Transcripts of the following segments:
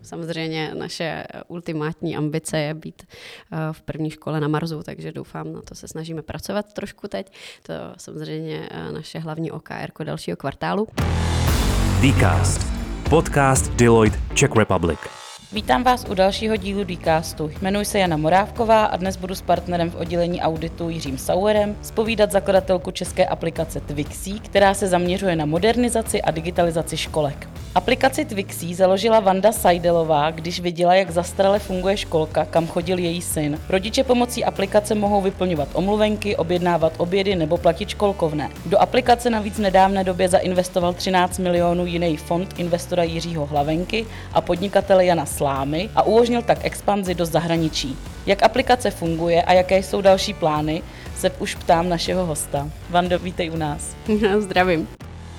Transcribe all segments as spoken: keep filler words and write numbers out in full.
samozřejmě naše ultimátní ambice je být v první škole na Marsu, takže doufám, na to se snažíme pracovat trošku teď. To samozřejmě naše hlavní O K R dalšího kvartálu. Dcast, podcast Deloitte Czech Republic. Vítám vás u dalšího dílu Dcastu. Jmenuji se Jana Morávková a dnes budu s partnerem v oddělení auditu Jiřím Sauerem zpovídat zakladatelku české aplikace Twixy, která se zaměřuje na modernizaci a digitalizaci školek. Aplikaci Twixy založila Vanda Sajdelová, když viděla, jak zastarale funguje školka, kam chodil její syn. Rodiče pomocí aplikace mohou vyplňovat omluvenky, objednávat obědy nebo platit školkovné. Do aplikace navíc v nedávné době zainvestoval třináct milionů jiný fond investora Jiřího Hlavenky a podnikatele Jana Slámy a umožnil tak expanzi do zahraničí. Jak aplikace funguje a jaké jsou další plány, se už ptám našeho hosta. Vando, vítej u nás. Zdravím.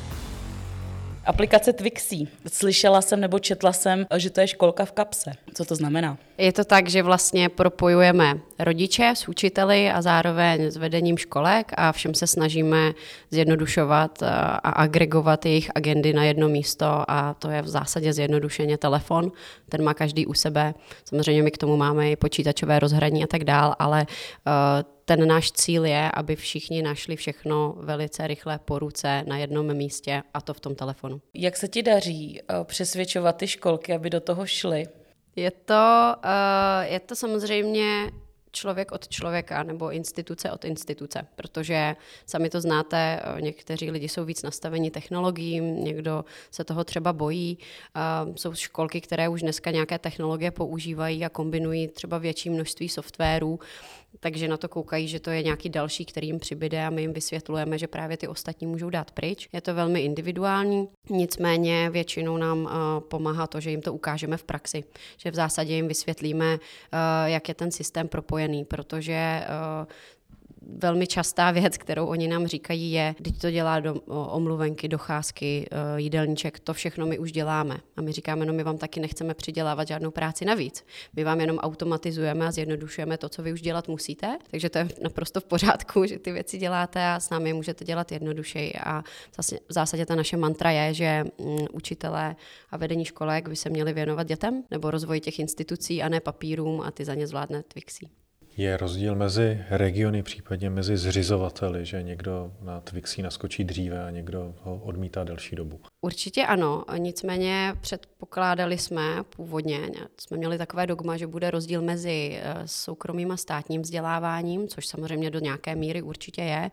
Aplikace Twixy. Slyšela jsem nebo četla jsem, že to je školka v kapse. Co to znamená? Je to tak, že vlastně propojujeme rodiče s učiteli a zároveň s vedením školek a všem se snažíme zjednodušovat a agregovat jejich agendy na jedno místo a to je v zásadě zjednodušeně telefon. Ten má každý u sebe. Samozřejmě my k tomu máme i počítačové rozhraní a tak dál, ale uh, ten náš cíl je, aby všichni našli všechno velice rychle po ruce na jednom místě a to v tom telefonu. Jak se ti daří přesvědčovat ty školky, aby do toho šly? Je to, uh, je to samozřejmě člověk od člověka nebo instituce od instituce, protože sami to znáte, někteří lidi jsou víc nastavení technologiím, někdo se toho třeba bojí. Uh, jsou školky, které už dneska nějaké technologie používají a kombinují třeba větší množství softwarů, takže na to koukají, že to je nějaký další, který jim přibyde a my jim vysvětlujeme, že právě ty ostatní můžou dát pryč. Je to velmi individuální, nicméně většinou nám uh, pomáhá to, že jim to ukážeme v praxi, že v zásadě jim vysvětlíme, uh, jak je ten systém propojený, protože uh, velmi častá věc, kterou oni nám říkají, je, když to dělá do, omluvenky, docházky, jídelníček, to všechno my už děláme. A my říkáme, no my vám taky nechceme přidělávat žádnou práci navíc. My vám jenom automatizujeme a zjednodušujeme to, co vy už dělat musíte. Takže to je naprosto v pořádku, že ty věci děláte a s námi můžete dělat jednodušeji. A v zásadě ta naše mantra je, že učitelé a vedení školek by se měli věnovat dětem nebo rozvoji těch institucí a ne papírům a ty za ně zvládne Twixy. Je rozdíl mezi regiony, případně mezi zřizovateli, že někdo na Twixy naskočí dříve a někdo ho odmítá delší dobu? Určitě ano, nicméně předpokládali jsme původně, jsme měli takové dogma, že bude rozdíl mezi soukromým a státním vzděláváním, což samozřejmě do nějaké míry určitě je.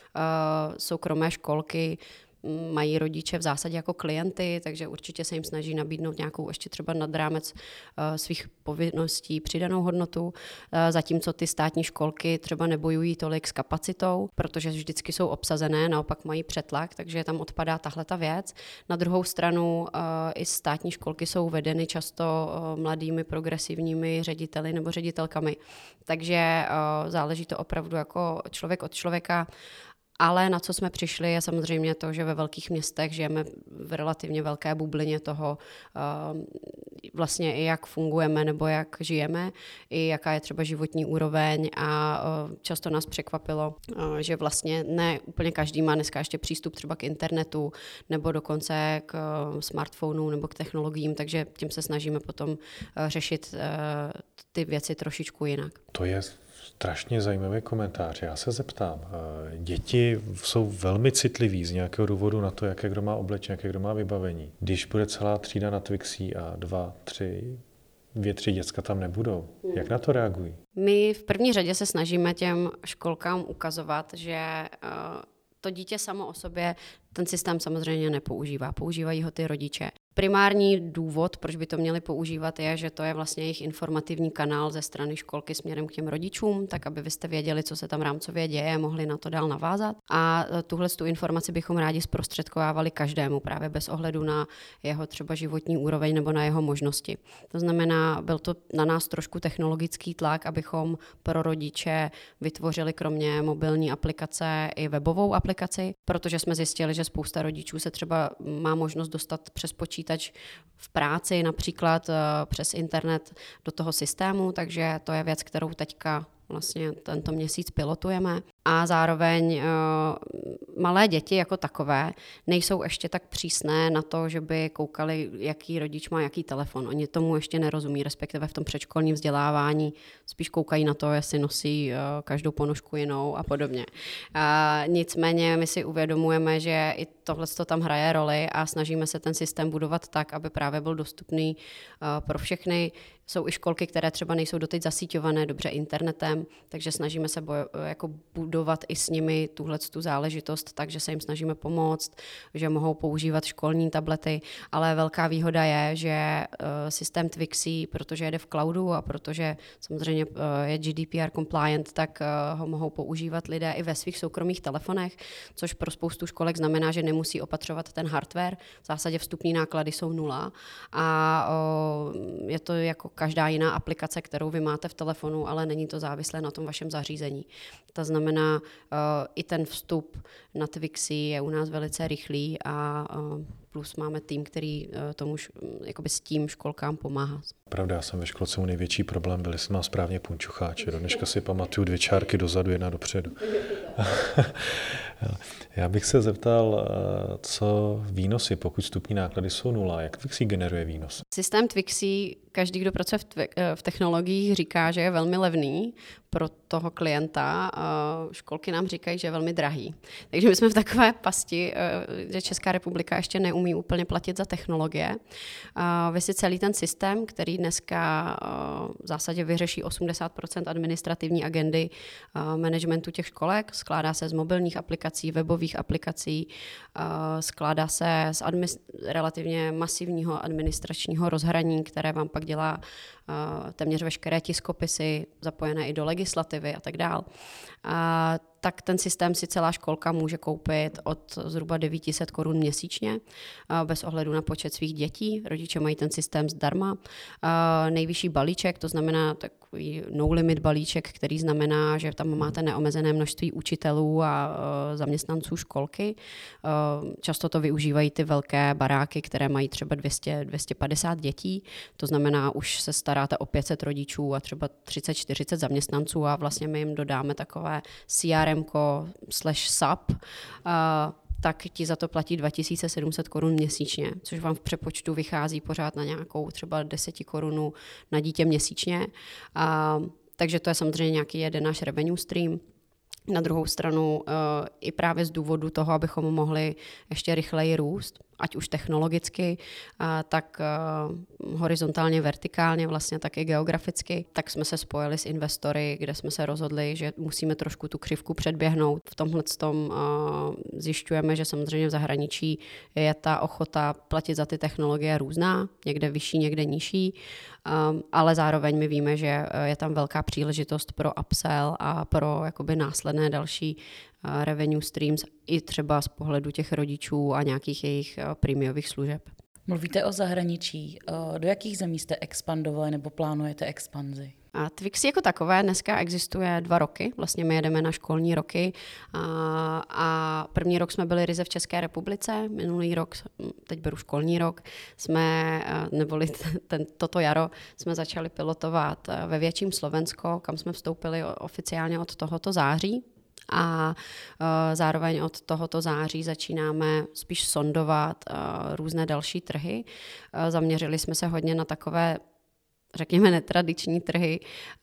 Soukromé školky mají rodiče v zásadě jako klienty, takže určitě se jim snaží nabídnout nějakou ještě třeba nad rámec uh, svých povinností přidanou hodnotu, uh, zatímco ty státní školky třeba nebojují tolik s kapacitou, protože vždycky jsou obsazené, naopak mají přetlak, takže tam odpadá tahle ta věc. Na druhou stranu uh, i státní školky jsou vedeny často uh, mladými progresivními řediteli nebo ředitelkami, takže uh, záleží to opravdu jako člověk od člověka. Ale na co jsme přišli je samozřejmě to, že ve velkých městech žijeme v relativně velké bublině toho, vlastně i jak fungujeme nebo jak žijeme, i jaká je třeba životní úroveň a často nás překvapilo, že vlastně ne úplně každý má dneska ještě přístup třeba k internetu nebo dokonce k smartphonu nebo k technologiím, takže tím se snažíme potom řešit ty věci trošičku jinak. To je strašně zajímavý komentář. Já se zeptám, děti jsou velmi citliví z nějakého důvodu na to, jaké kdo má oblečení, jaké kdo má vybavení. Když bude celá třída na Twixy a dva, tři, dvě, tři děcka tam nebudou, jak na to reagují? My v první řadě se snažíme těm školkám ukazovat, že to dítě samo o sobě ten systém samozřejmě nepoužívá, používají ho ty rodiče. Primární důvod, proč by to měli používat, je, že to je vlastně jejich informativní kanál ze strany školky směrem k těm rodičům, tak aby byste věděli, co se tam rámcově děje, mohli na to dál navázat. A tuhle tu informaci bychom rádi zprostředkovávali každému, právě bez ohledu na jeho třeba životní úroveň nebo na jeho možnosti. To znamená, byl to na nás trošku technologický tlak, abychom pro rodiče vytvořili kromě mobilní aplikace i webovou aplikaci, protože jsme zjistili, že spousta rodičů se třeba má možnost dostat přes počítač v práci, například přes internet do toho systému, takže to je věc, kterou teďka vlastně tento měsíc pilotujeme. A zároveň malé děti jako takové nejsou ještě tak přísné na to, že by koukali, jaký rodič má jaký telefon. Oni tomu ještě nerozumí, respektive v tom předškolním vzdělávání spíš koukají na to, jestli nosí každou ponožku jinou a podobně. A nicméně my si uvědomujeme, že i tohle tam hraje roli a snažíme se ten systém budovat tak, aby právě byl dostupný pro všechny. Jsou i školky, které třeba nejsou doteď zasíťované dobře internetem, takže snažíme se bojo, jako budovat i s nimi tuhletu záležitost, takže se jim snažíme pomoct, že mohou používat školní tablety, ale velká výhoda je, že systém Twixy, protože jede v cloudu a protože samozřejmě je G D P R compliant, tak ho mohou používat lidé i ve svých soukromých telefonech, což pro spoustu školek znamená, že nemusí opatřovat ten hardware. V zásadě vstupní náklady jsou nula a je to jako každá jiná aplikace, kterou vy máte v telefonu, ale není to závislé na tom vašem zařízení. To znamená, uh, i ten vstup na Twixy je u nás velice rychlý a uh, plus máme tým, který uh, tomu jakoby s tím školkám pomáhá. Pravda, já jsem ve školce mu největší problém byl, jestli mám správně punčucháče. Do dneška si pamatuju dvě čárky dozadu, jedna dopředu. Já bych se zeptal, co výnosy, pokud vstupní náklady jsou nula, jak Twixy generuje výnos? Systém Twixy, každý, kdo pracuje v, twi- v technologiích, říká, že je velmi levný pro toho klienta. Školky nám říkají, že je velmi drahý. Takže my jsme v takové pasti, že Česká republika ještě neumí úplně platit za technologie. Vy si celý ten systém, který dneska v zásadě vyřeší osmdesát procent administrativní agendy managementu těch školek, skládá se z mobilních aplikací, webových aplikací, skládá se z admis- relativně masivního administračního rozhraní, které vám pak dělá téměř veškeré tiskopisy, zapojené i do legislativy a tak dál. A tak ten systém si celá školka může koupit od zhruba devět set korun měsíčně, bez ohledu na počet svých dětí. Rodiče mají ten systém zdarma. Nejvyšší balíček, to znamená takový no-limit balíček, který znamená, že tam máte neomezené množství učitelů a zaměstnanců školky. Často to využívají ty velké baráky, které mají třeba dvě stě, dvě stě padesát dětí. To znamená, už se staráte o pět set rodičů a třeba třicet čtyřicet zaměstnanců a vlastně my jim dodáme takové C R M slash S A P, uh, tak ti za to platí dva tisíce sedm set korun měsíčně, což vám v přepočtu vychází pořád na nějakou třeba deset korun na dítě měsíčně. Uh, takže to je samozřejmě nějaký jeden náš revenue stream. Na druhou stranu uh, i právě z důvodu toho, abychom mohli ještě rychleji růst, ať už technologicky, uh, tak uh, horizontálně, vertikálně, vlastně tak i geograficky, tak jsme se spojili s investory, kde jsme se rozhodli, že musíme trošku tu křivku předběhnout. V tomhle tom uh, zjišťujeme, že samozřejmě v zahraničí je ta ochota platit za ty technologie různá, někde vyšší, někde nižší, um, ale zároveň my víme, že je tam velká příležitost pro upsell a pro jakoby následné další revenue streams i třeba z pohledu těch rodičů a nějakých jejich prémiových služeb. Mluvíte o zahraničí. Do jakých zemí jste expandovali nebo plánujete expanzi? A Twixy jako takové dneska existuje dva roky, vlastně my jedeme na školní roky a, a první rok jsme byli ryze v České republice, minulý rok, teď beru školní rok, jsme, neboli ten, toto jaro, jsme začali pilotovat ve větším Slovensko, kam jsme vstoupili oficiálně od tohoto září. A uh, zároveň od tohoto září začínáme spíš sondovat uh, různé další trhy. Uh, zaměřili jsme se hodně na takové, řekněme, netradiční trhy,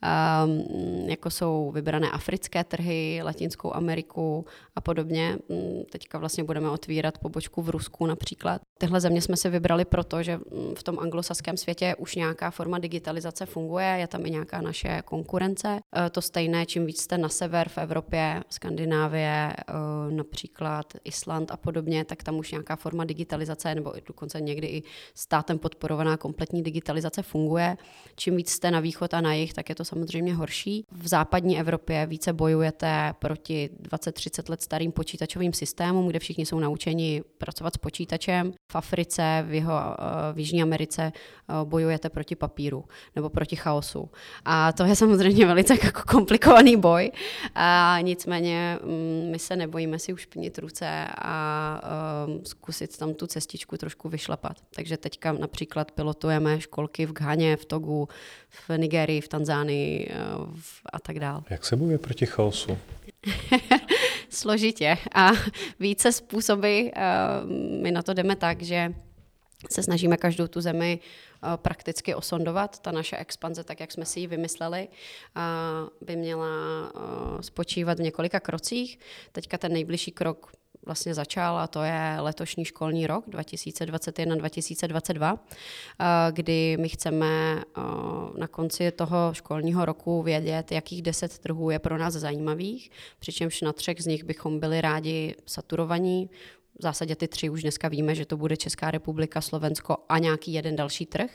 um, jako jsou vybrané africké trhy, Latinskou Ameriku a podobně. Teďka vlastně budeme otvírat pobočku v Rusku například. Tyhle země jsme si vybrali proto, že v tom anglosaském světě už nějaká forma digitalizace funguje, je tam i nějaká naše konkurence. To stejné, čím víc jste na sever v Evropě, Skandinávie, například Island a podobně, tak tam už nějaká forma digitalizace nebo dokonce někdy i státem podporovaná kompletní digitalizace funguje. Čím víc jste na východ a na jih, tak je to samozřejmě horší. V západní Evropě více bojujete proti dvacet třicet let starým počítačovým systémům, kde všichni jsou naučeni pracovat s počítačem. V Africe, v, jeho, v Jižní Americe bojujete proti papíru nebo proti chaosu. A to je samozřejmě velice jako komplikovaný boj. A nicméně my se nebojíme si už plnit ruce a zkusit tam tu cestičku trošku vyšlapat. Takže teďka například pilotujeme školky v Ghaně, v Togu, v Nigerii, v Tanzánii a tak dále. Jak se bojuje proti chaosu? Složitě a více způsoby. My na to jdeme tak, že se snažíme každou tu zemi prakticky osondovat. Ta naše expanze, tak jak jsme si ji vymysleli, by měla spočívat v několika krocích. Teďka ten nejbližší krok vlastně začal a to je letošní školní rok dva tisíce dvacet jedna dva tisíce dvacet dva, kdy my chceme na konci toho školního roku vědět, jakých deset trhů je pro nás zajímavých, přičemž na třech z nich bychom byli rádi saturovaní. V zásadě ty tři už dneska víme, že to bude Česká republika, Slovensko a nějaký jeden další trh.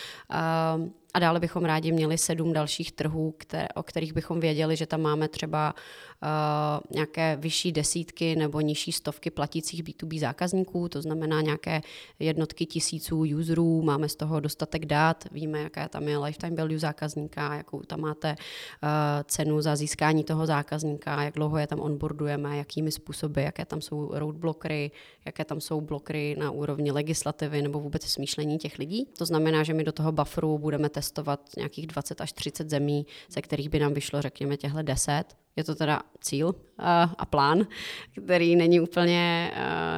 A dále bychom rádi měli sedm dalších trhů, které, o kterých bychom věděli, že tam máme třeba uh, nějaké vyšší desítky nebo nižší stovky platících bé dvě bé zákazníků, to znamená nějaké jednotky tisíců userů, máme z toho dostatek dat, víme, jaká tam je lifetime value zákazníka, jakou tam máte uh, cenu za získání toho zákazníka, jak dlouho je tam onboardujeme, jakými způsoby, jaké tam jsou roadblockery, jaké tam jsou blokry na úrovni legislativy nebo vůbec smýšlení těch lidí. To znamená, že my do toho bufferu budeme testovat nějakých dvacet až třicet zemí, ze kterých by nám vyšlo, řekněme, těhle deset. Je to teda cíl a plán, který není úplně,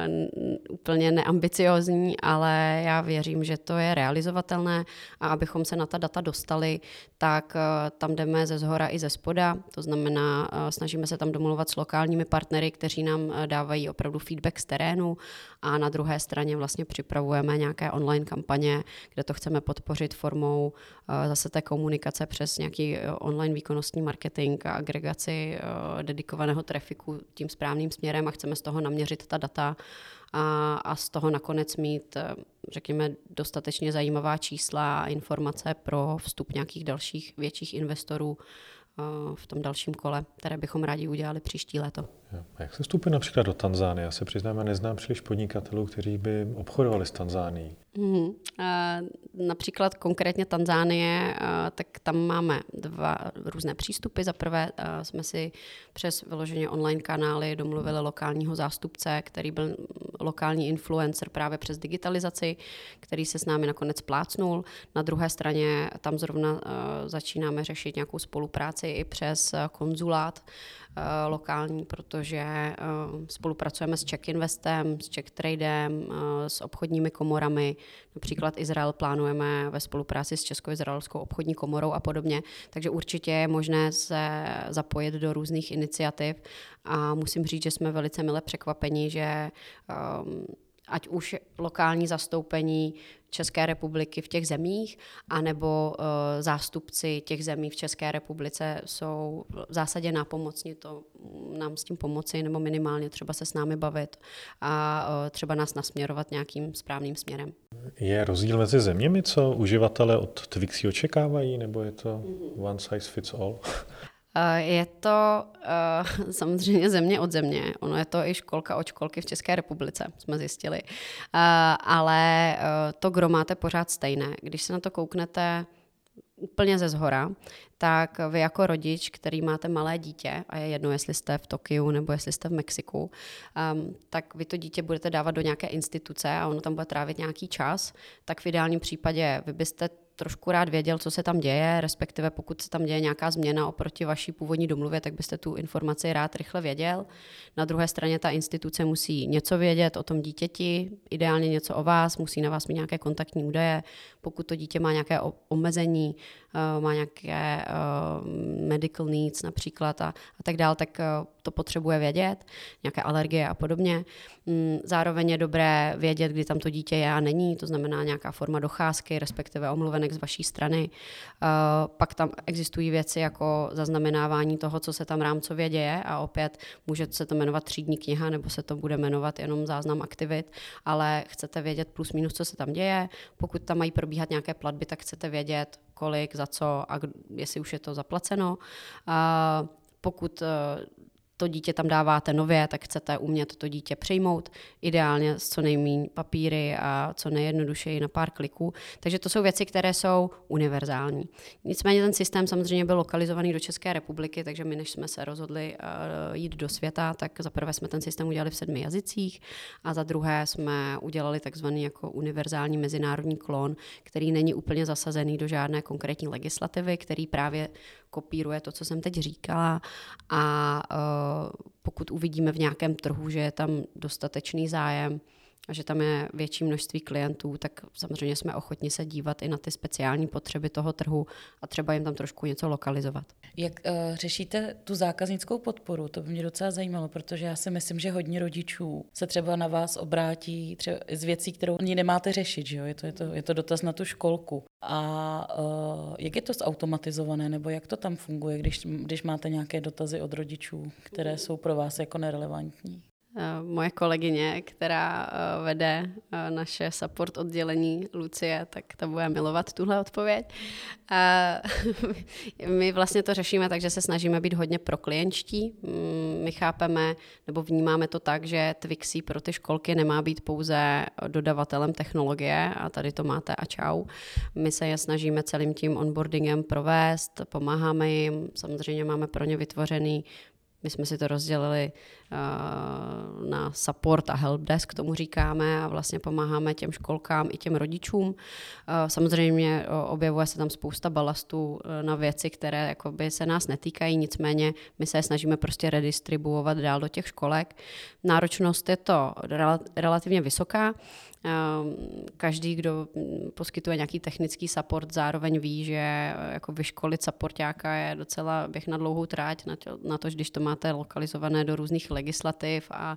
úplně neambiciozní, ale já věřím, že to je realizovatelné a abychom se na ta data dostali, tak tam jdeme ze zhora i ze spoda. To znamená, snažíme se tam domluvat s lokálními partnery, kteří nám dávají opravdu feedback z terénu a na druhé straně vlastně připravujeme nějaké online kampaně, kde to chceme podpořit formou zase té komunikace přes nějaký online výkonnostní marketing a agregaci dedikovaného trafiku tím správným směrem a chceme z toho naměřit ta data a, a z toho nakonec mít, řekněme, dostatečně zajímavá čísla a informace pro vstup nějakých dalších větších investorů v tom dalším kole, které bychom rádi udělali příští léto. A jak se vstupuje například do Tanzánie? Já se přiznám, já neznám příliš podnikatelů, kteří by obchodovali s Tanzánií. Hmm. Například konkrétně Tanzánie, tak tam máme dva různé přístupy. Za prvé jsme si přes vyloženě online kanály domluvili lokálního zástupce, který byl lokální influencer právě přes digitalizaci, který se s námi nakonec plácnul. Na druhé straně tam zrovna začínáme řešit nějakou spolupráci i přes konzulát lokální, protože spolupracujeme s Czech Investem, s Czech Tradem, s obchodními komorami. Například Izrael plánujeme ve spolupráci s Česko-izraelskou obchodní komorou a podobně. Takže určitě je možné se zapojit do různých iniciativ a musím říct, že jsme velice mile překvapeni, že um, ať už lokální zastoupení České republiky v těch zemích, anebo uh, zástupci těch zemí v České republice jsou v zásadě nápomocni to nám s tím pomoci, nebo minimálně třeba se s námi bavit a uh, třeba nás nasměrovat nějakým správným směrem. Je rozdíl mezi zeměmi, co uživatelé od Twixy očekávají, nebo je to one size fits all? Je to uh, samozřejmě země od země. Ono je to i školka od školky v České republice, jsme zjistili. Uh, ale uh, to gro máte pořád stejné. Když se na to kouknete úplně ze zhora, tak vy jako rodič, který máte malé dítě, a je jedno, jestli jste v Tokiu nebo jestli jste v Mexiku, um, tak vy to dítě budete dávat do nějaké instituce a ono tam bude trávit nějaký čas, tak v ideálním případě vy byste trošku rád věděl, co se tam děje, respektive pokud se tam děje nějaká změna oproti vaší původní domluvě, tak byste tu informaci rád rychle věděl. Na druhé straně ta instituce musí něco vědět o tom dítěti, ideálně něco o vás, musí na vás mít nějaké kontaktní údaje. Pokud to dítě má nějaké omezení, má nějaké medical needs například a, a tak dále, tak to potřebuje vědět, nějaké alergie a podobně. Zároveň je dobré vědět, kdy tam to dítě je a není, to znamená nějaká forma docházky, respektive omluvenek z vaší strany. Pak tam existují věci jako zaznamenávání toho, co se tam rámcově děje a opět může se to jmenovat třídní kniha nebo se to bude jmenovat jenom záznam aktivit, ale chcete vědět plus minus, co se tam děje. Pokud tam mají probíhat nějaké platby, tak chcete vědět, kolik, za co a jestli už je to zaplaceno. Pokud to dítě tam dáváte nově, tak chcete umět to dítě přejmout, ideálně s co nejméně papíry a co nejjednodušeji na pár kliků. Takže to jsou věci, které jsou univerzální. Nicméně ten systém samozřejmě byl lokalizovaný do České republiky, takže my, než jsme se rozhodli uh, jít do světa, tak za prvé jsme ten systém udělali v sedmi jazycích a za druhé jsme udělali takzvaný jako univerzální mezinárodní klon, který není úplně zasazený do žádné konkrétní legislativy, který právě kopíruje to, co jsem teď říkala a pokud uvidíme v nějakém trhu, že je tam dostatečný zájem a že tam je větší množství klientů, tak samozřejmě jsme ochotni se dívat i na ty speciální potřeby toho trhu a třeba jim tam trošku něco lokalizovat. Jak uh, řešíte tu zákaznickou podporu? To by mě docela zajímalo, protože já si myslím, že hodně rodičů se třeba na vás obrátí třeba z věcí, kterou ani nemáte řešit, že jo? Je to, je to, je to dotaz na tu školku. A uh, jak je to zautomatizované, nebo jak to tam funguje, když, když máte nějaké dotazy od rodičů, které jsou pro vás jako nerelevantní? Moje kolegyně, která vede naše support oddělení, Lucie, tak ta bude milovat tuhle odpověď. My vlastně to řešíme tak, že se snažíme být hodně proklientští. My chápeme nebo vnímáme to tak, že Twixy pro ty školky nemá být pouze dodavatelem technologie a tady to máte a čau. My se je snažíme celým tím onboardingem provést, pomáháme jim, samozřejmě máme pro ně vytvořený. My jsme si to rozdělili uh, na support a helpdesk, tomu říkáme, a vlastně pomáháme těm školkám i těm rodičům. Uh, samozřejmě objevuje se tam spousta balastů uh, na věci, které jakoby se nás netýkají, nicméně my se je snažíme prostě redistribuovat dál do těch školek. Náročnost je to rel- relativně vysoká. Každý, kdo poskytuje nějaký technický support, zároveň ví, že jako vyškolit supportáka je docela běh na dlouhou tráť, na to, na to, když to máte lokalizované do různých legislativ a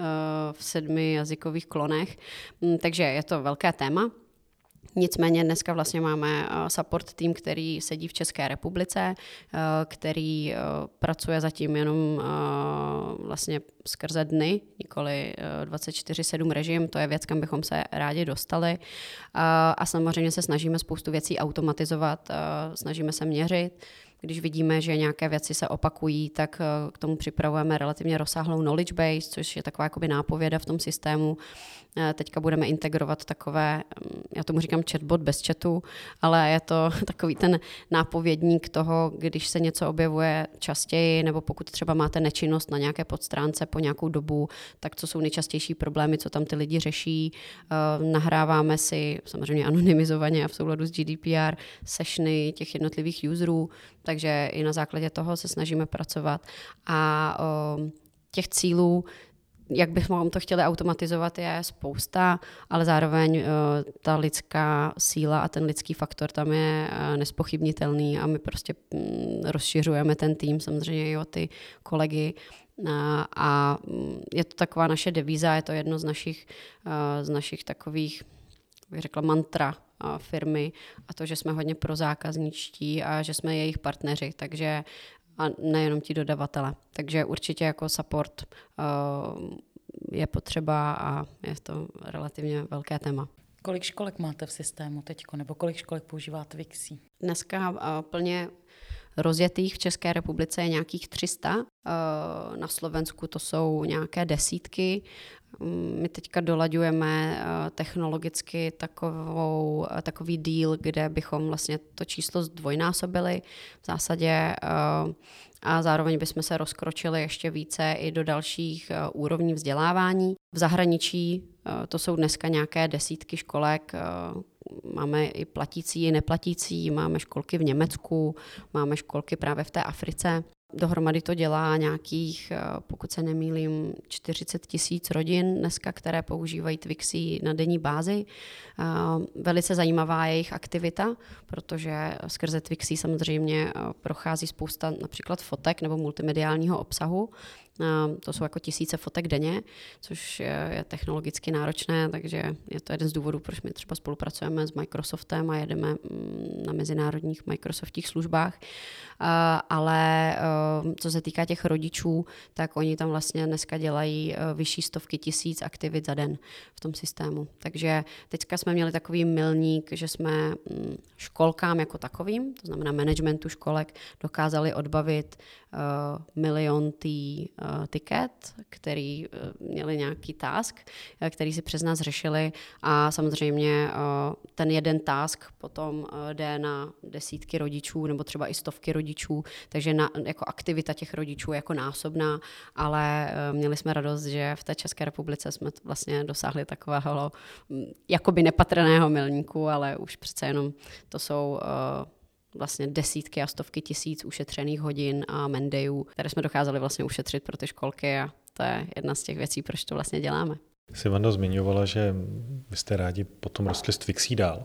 v sedmi jazykových klonech. Takže je to velké téma. Nicméně dneska vlastně máme support tým, který sedí v České republice, který pracuje zatím jenom vlastně skrze dny, nikoli dvacet čtyři sedm režim, to je věc, kam bychom se rádi dostali. A samozřejmě se snažíme spoustu věcí automatizovat, snažíme se měřit. Když vidíme, že nějaké věci se opakují, tak k tomu připravujeme relativně rozsáhlou knowledge base, což je taková jakoby nápověda v tom systému. Teďka budeme integrovat takové, já tomu říkám chatbot bez chatu, ale je to takový ten nápovědník toho, když se něco objevuje častěji, nebo pokud třeba máte nečinnost na nějaké podstránce po nějakou dobu, tak co jsou nejčastější problémy, co tam ty lidi řeší. Nahráváme si samozřejmě anonymizovaně a v souladu s G D P R sessiony těch jednotlivých userů, takže i na základě toho se snažíme pracovat. A o, těch cílů, jak bychom to chtěli automatizovat, je spousta, ale zároveň o, ta lidská síla a ten lidský faktor tam je o, nespochybnitelný a my prostě m, rozšiřujeme ten tým, samozřejmě i o ty kolegy. A, a je to taková naše devíza, je to jedno z našich, o, z našich takových, bych řekla, mantra firmy a to, že jsme hodně prozákazničtí a že jsme jejich partneři, takže a nejenom ti dodavatele. Takže určitě jako support uh, je potřeba a je to relativně velké téma. Kolik školek máte v systému teďko, nebo kolik školek používá Twixy? Dneska uh, plně rozjetých v České republice je nějakých tři sta. Uh, na Slovensku to jsou nějaké desítky. My teďka dolaďujeme technologicky takovou, takový deal, kde bychom vlastně to číslo zdvojnásobili v zásadě a zároveň bychom se rozkročili ještě více i do dalších úrovní vzdělávání. V zahraničí to jsou dneska nějaké desítky školek, máme i platící, i neplatící, máme školky v Německu, máme školky právě v té Africe. Dohromady to dělá nějakých, pokud se nemýlím, čtyřicet tisíc rodin dneska, které používají Twixy na denní bázi. Velice zajímavá je jejich aktivita, protože skrze Twixy samozřejmě prochází spousta například fotek nebo multimediálního obsahu. To jsou jako tisíce fotek denně, což je technologicky náročné, takže je to jeden z důvodů, proč my třeba spolupracujeme s Microsoftem a jedeme na mezinárodních Microsoftích službách. Ale co se týká těch rodičů, tak oni tam vlastně dneska dělají vyšší stovky tisíc aktivit za den v tom systému. Takže teďka jsme měli takový milník, že jsme školkám jako takovým, to znamená managementu školek, dokázali odbavit milion tý tiket, který měli nějaký task, který si přes nás řešili a samozřejmě ten jeden task potom jde na desítky rodičů nebo třeba i stovky rodičů, takže na, jako aktivita těch rodičů je jako násobná, ale měli jsme radost, že v té České republice jsme vlastně dosáhli takového jakoby nepatrného milníku, ale už přece jenom to jsou vlastně desítky a stovky tisíc ušetřených hodin a mendejů, které jsme dokázali vlastně ušetřit pro ty školky a to je jedna z těch věcí, proč to vlastně děláme. Jsi, Vando, zmiňovala, že vy jste rádi potom rostli s Twixí dál.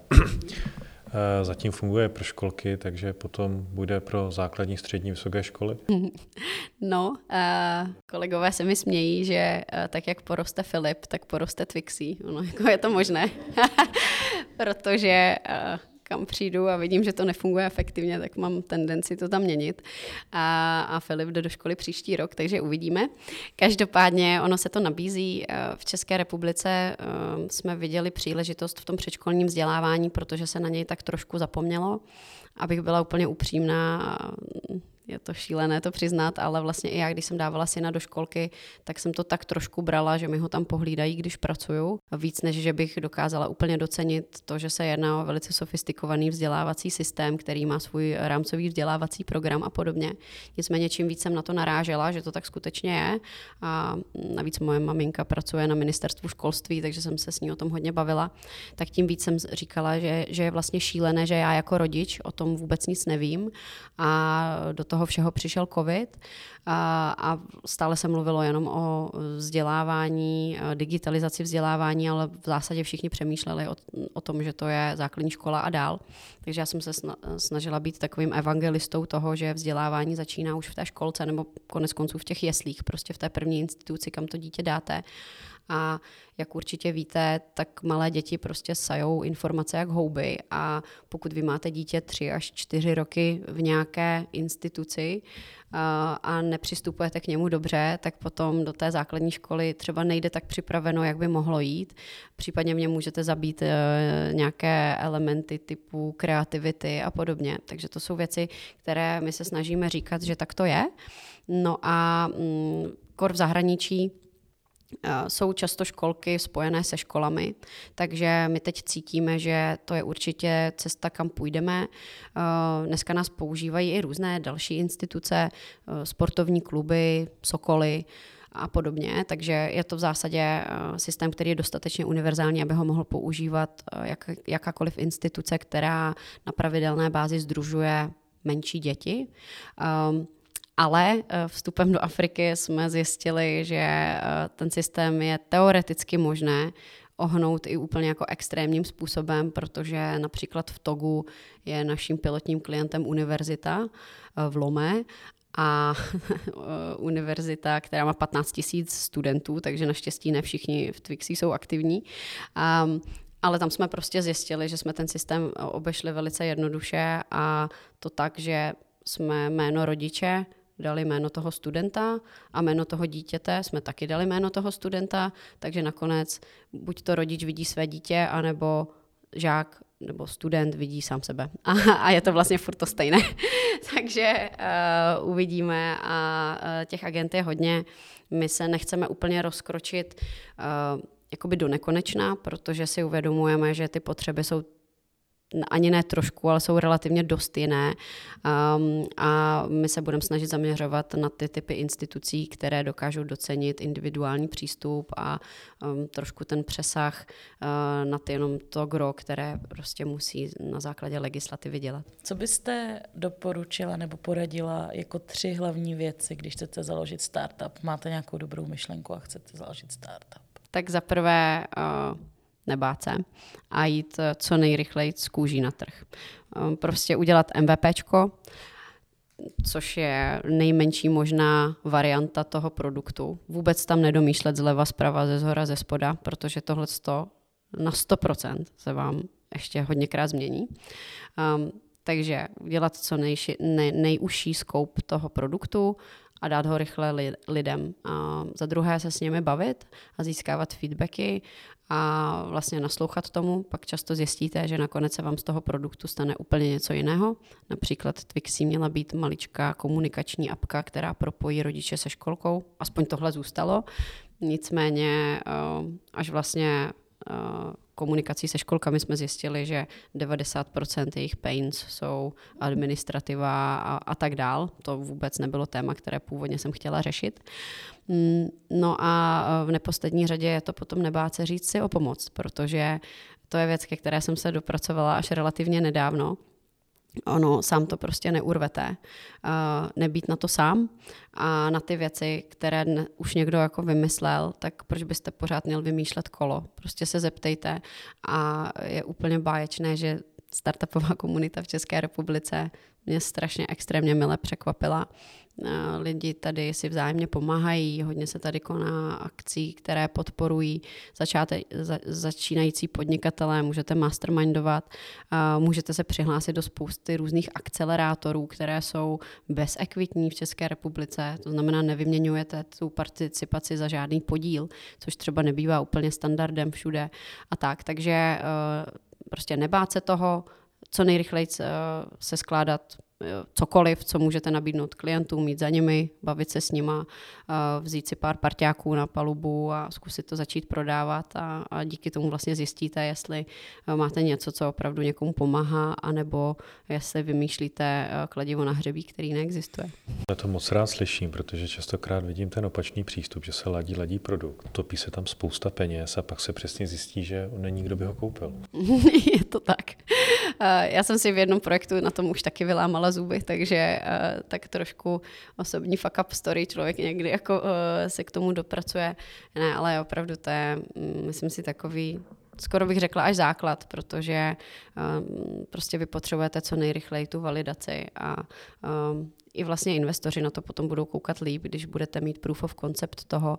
Zatím funguje pro školky, takže potom bude pro základní, střední, vysoké školy? No, uh, kolegové se mi smějí, že uh, tak jak poroste Filip, tak poroste Twixí. No, jako je to možné, protože uh, kam přijdu a vidím, že to nefunguje efektivně, tak mám tendenci to tam měnit. A, a Filip jde do školy příští rok, takže uvidíme. Každopádně ono se to nabízí. V České republice jsme viděli příležitost v tom předškolním vzdělávání, protože se na něj tak trošku zapomnělo. Abych byla úplně upřímná, je to šílené to přiznat, ale vlastně i já, když jsem dávala syna do školky, tak jsem to tak trošku brala, že mi ho tam pohlídají, když pracuju. Víc, než že bych dokázala úplně docenit to, že se jedná o velice sofistikovaný vzdělávací systém, který má svůj rámcový vzdělávací program a podobně. Nicméně čím víc jsem na to narážela, že to tak skutečně je. A navíc moje maminka pracuje na ministerstvu školství, takže jsem se s ní o tom hodně bavila, tak tím víc jsem říkala, že, že je vlastně šílené, že já jako rodič o tom vůbec nic nevím a do toho všeho přišel covid a, a stále se mluvilo jenom o vzdělávání, digitalizaci vzdělávání, ale v zásadě všichni přemýšleli o, o tom, že to je základní škola a dál. Takže já jsem se snažila být takovým evangelistou toho, že vzdělávání začíná už v té školce nebo konec konců v těch jeslích, prostě v té první instituci, kam to dítě dáte. A jak určitě víte, tak malé děti prostě sajou informace jak houby a pokud vy máte dítě tři až čtyři roky v nějaké instituci a, a nepřistupujete k němu dobře, tak potom do té základní školy třeba nejde tak připraveno, jak by mohlo jít. Případně v něm můžete zabít e, nějaké elementy typu kreativity a podobně. Takže to jsou věci, které my se snažíme říkat, že tak to je. No a mm, kor v zahraničí jsou často školky spojené se školami, takže my teď cítíme, že to je určitě cesta, kam půjdeme. Dneska nás používají i různé další instituce, sportovní kluby, Sokoly a podobně, takže je to v zásadě systém, který je dostatečně univerzální, aby ho mohl používat jak, jakákoliv instituce, která na pravidelné bázi sdružuje menší děti. Ale vstupem do Afriky jsme zjistili, že ten systém je teoreticky možné ohnout i úplně jako extrémním způsobem, protože například v Togu je naším pilotním klientem univerzita v Lomé a univerzita, která má patnáct tisíc studentů, takže naštěstí ne všichni v Twixí jsou aktivní. A ale tam jsme prostě zjistili, že jsme ten systém obešli velice jednoduše a to tak, že jsme jméno rodiče dali jméno toho studenta a jméno toho dítěte jsme taky dali jméno toho studenta, takže nakonec buď to rodič vidí své dítě, anebo žák nebo student vidí sám sebe. A, a je to vlastně furt to stejné. Takže uh, uvidíme a uh, těch agent je hodně. My se nechceme úplně rozkročit uh, jakoby do nekonečna, protože si uvědomujeme, že ty potřeby jsou ani ne trošku, ale jsou relativně dost jiné. Um, a my se budeme snažit zaměřovat na ty typy institucí, které dokážou docenit individuální přístup a um, trošku ten přesah uh, na ty jenom to gro, které prostě musí na základě legislativy dělat. Co byste doporučila nebo poradila jako tři hlavní věci, když chcete založit startup? Máte nějakou dobrou myšlenku a chcete založit startup? Tak za prvé uh, nebát se a jít co nejrychleji z kůží na trh. Prostě udělat MVPčko, což je nejmenší možná varianta toho produktu. Vůbec tam nedomýšlet zleva, zprava, ze zhora, ze spoda, protože tohle na sto procent se vám ještě hodněkrát změní. Um, takže udělat co nejši, nej, nejužší scope toho produktu a dát ho rychle li, lidem. A za druhé se s nimi bavit a získávat feedbacky a vlastně naslouchat tomu. Pak často zjistíte, že nakonec se vám z toho produktu stane úplně něco jiného. Například Twixí měla být maličká komunikační apka, která propojí rodiče se školkou. Aspoň tohle zůstalo. Nicméně až vlastně komunikací se školkami jsme zjistili, že devadesát procent jejich pains jsou administrativa a, a tak dál. To vůbec nebylo téma, které původně jsem chtěla řešit. No a v neposlední řadě je to potom nebát se říct si o pomoc, protože to je věc, ke které jsem se dopracovala až relativně nedávno. ono sám to prostě neurvete. Nebýt na to sám a na ty věci, které už někdo jako vymyslel, tak proč byste pořád měl vymýšlet kolo? Prostě se zeptejte a je úplně báječné, že startupová komunita v České republice mě strašně extrémně mile překvapila. Lidi tady si vzájemně pomáhají, hodně se tady koná akcí, které podporují začáte, za, začínající podnikatelé, můžete mastermindovat, můžete se přihlásit do spousty různých akcelerátorů, které jsou bezekvitní v České republice, to znamená nevyměňujete tu participaci za žádný podíl, což třeba nebývá úplně standardem všude a tak, takže prostě nebát se toho, co nejrychleji se skládat cokoliv, co můžete nabídnout klientům, mít za nimi, bavit se s nima, vzít si pár parťáků na palubu a zkusit to začít prodávat a, a díky tomu vlastně zjistíte, jestli máte něco, co opravdu někomu pomáhá, anebo jestli vymýšlíte kladivo na hřebík, který neexistuje. Já to moc rád slyším, protože častokrát vidím ten opačný přístup, že se ladí, ladí produkt, topí se tam spousta peněz a pak se přesně zjistí, že není kdo by ho koupil. Je to tak. Já jsem si v jednom projektu na tom už taky vylámala zuby, takže tak trošku osobní fuck up story člověk někdy jako se k tomu dopracuje. Ne, ale opravdu to je, myslím si, takový, skoro bych řekla až základ, protože prostě vy potřebujete co nejrychleji tu validaci a i vlastně investoři na to potom budou koukat líp, když budete mít proof of concept toho,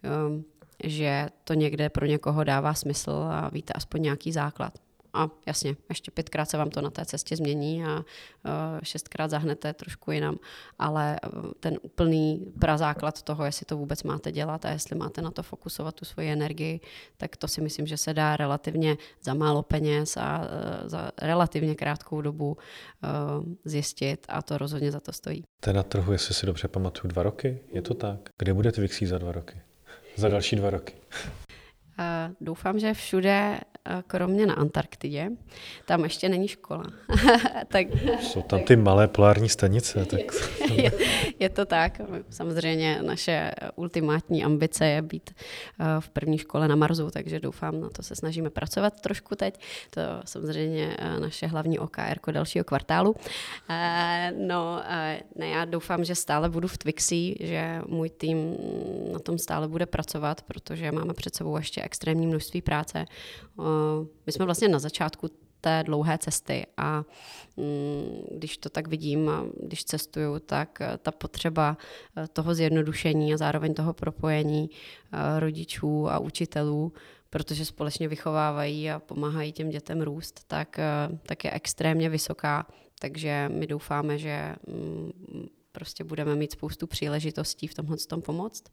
že to někde pro někoho dává smysl a víte aspoň nějaký základ. A jasně, ještě pětkrát se vám to na té cestě změní a šestkrát zahnete trošku jinam, ale ten úplný prazáklad toho, jestli to vůbec máte dělat a jestli máte na to fokusovat tu svoji energii, tak to si myslím, že se dá relativně za málo peněz a za relativně krátkou dobu zjistit a to rozhodně za to stojí. Jste na trhu, jestli si dobře pamatuju, dva roky? Je to tak? Kde bude Twixy za dva roky? Za další dva roky? Uh, doufám, že všude, uh, kromě na Antarktidě, tam ještě není škola. tak, Jsou tam ty malé polární stanice. Tak... je, je to tak. Samozřejmě naše ultimátní ambice je být uh, v první škole na Marsu, takže doufám, na to se snažíme pracovat trošku teď. To samozřejmě uh, naše hlavní O K R dalšího kvartálu. Uh, no, uh, ne, já doufám, že stále budu v Twixy, že můj tým na tom stále bude pracovat, protože máme před sebou ještě extrémní množství práce. My jsme vlastně na začátku té dlouhé cesty a když to tak vidím a když cestuju, tak ta potřeba toho zjednodušení a zároveň toho propojení rodičů a učitelů, protože společně vychovávají a pomáhají těm dětem růst, tak, tak je extrémně vysoká. Takže my doufáme, že prostě budeme mít spoustu příležitostí v tomhle tom pomoct.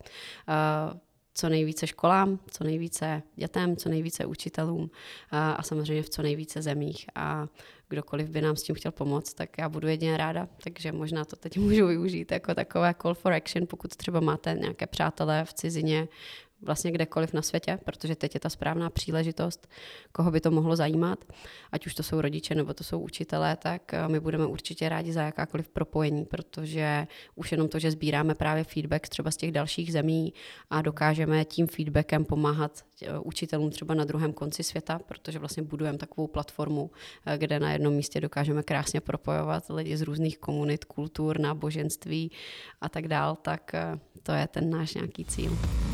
Co nejvíce školám, co nejvíce dětem, co nejvíce učitelům a, a samozřejmě v co nejvíce zemích. A kdokoliv by nám s tím chtěl pomoct, tak já budu jedině ráda. Takže možná to teď můžu využít jako takové call for action, pokud třeba máte nějaké přátelé v cizině, vlastně kdekoliv na světě, protože teď je ta správná příležitost, koho by to mohlo zajímat, ať už to jsou rodiče nebo to jsou učitelé, tak my budeme určitě rádi za jakákoliv propojení, protože už jenom to, že sbíráme právě feedback třeba z těch dalších zemí a dokážeme tím feedbackem pomáhat učitelům třeba na druhém konci světa, protože vlastně budujeme takovou platformu, kde na jednom místě dokážeme krásně propojovat lidi z různých komunit, kultur, náboženství a tak dál, tak to je ten náš nějaký cíl.